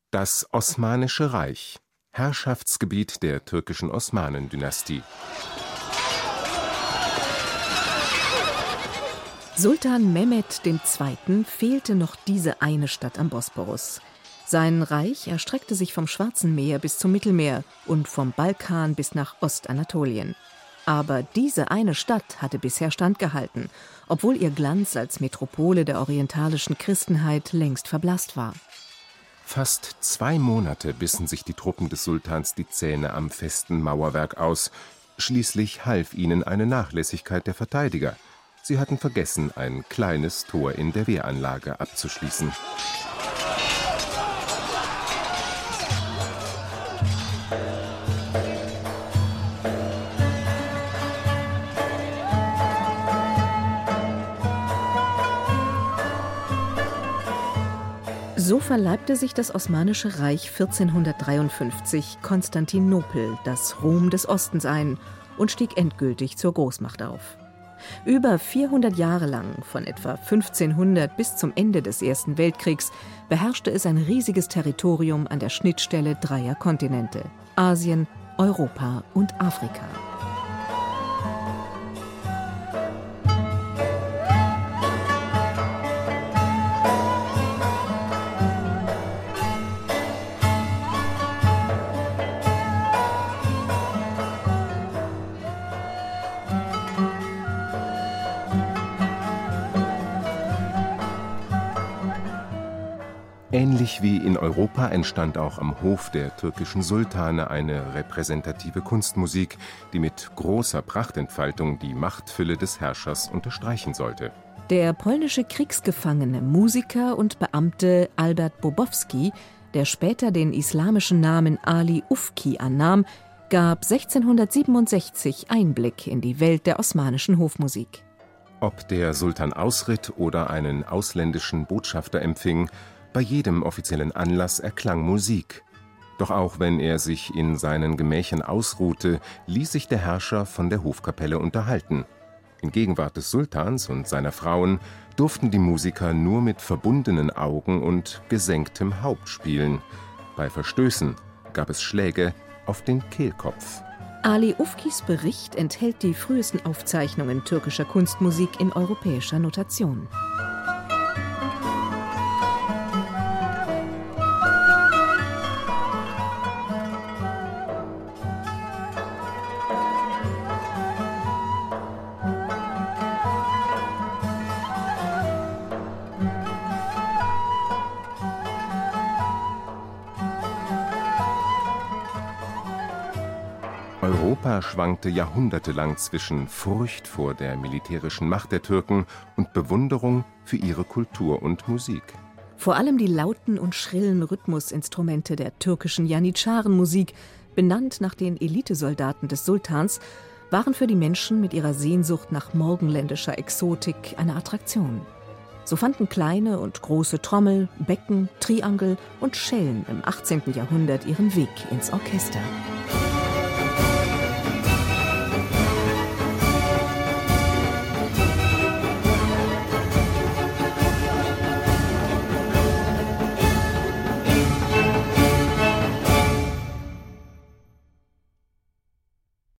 Das Osmanische Reich, Herrschaftsgebiet der türkischen Osmanendynastie. Sultan Mehmed II. Fehlte noch diese eine Stadt am Bosporus. Sein Reich erstreckte sich vom Schwarzen Meer bis zum Mittelmeer und vom Balkan bis nach Ostanatolien. Aber diese eine Stadt hatte bisher standgehalten, obwohl ihr Glanz als Metropole der orientalischen Christenheit längst verblasst war. Fast 2 Monate bissen sich die Truppen des Sultans die Zähne am festen Mauerwerk aus. Schließlich half ihnen eine Nachlässigkeit der Verteidiger. Sie hatten vergessen, ein kleines Tor in der Wehranlage abzuschließen. So verleibte sich das Osmanische Reich 1453 Konstantinopel, das Rom des Ostens, ein und stieg endgültig zur Großmacht auf. Über 400 Jahre lang, von etwa 1500 bis zum Ende des Ersten Weltkriegs, beherrschte es ein riesiges Territorium an der Schnittstelle 3 Kontinente: Asien, Europa und Afrika. Ähnlich wie in Europa entstand auch am Hof der türkischen Sultane eine repräsentative Kunstmusik, die mit großer Prachtentfaltung die Machtfülle des Herrschers unterstreichen sollte. Der polnische Kriegsgefangene, Musiker und Beamte Albert Bobowski, der später den islamischen Namen Ali Ufki annahm, gab 1667 Einblick in die Welt der osmanischen Hofmusik. Ob der Sultan ausritt oder einen ausländischen Botschafter empfing, bei jedem offiziellen Anlass erklang Musik. Doch auch wenn er sich in seinen Gemächern ausruhte, ließ sich der Herrscher von der Hofkapelle unterhalten. In Gegenwart des Sultans und seiner Frauen durften die Musiker nur mit verbundenen Augen und gesenktem Haupt spielen. Bei Verstößen gab es Schläge auf den Kehlkopf. Ali Ufkis Bericht enthält die frühesten Aufzeichnungen türkischer Kunstmusik in europäischer Notation. Europa schwankte jahrhundertelang zwischen Furcht vor der militärischen Macht der Türken und Bewunderung für ihre Kultur und Musik. Vor allem die lauten und schrillen Rhythmusinstrumente der türkischen Janitscharenmusik, benannt nach den Elitesoldaten des Sultans, waren für die Menschen mit ihrer Sehnsucht nach morgenländischer Exotik eine Attraktion. So fanden kleine und große Trommel, Becken, Triangel und Schellen im 18. Jahrhundert ihren Weg ins Orchester.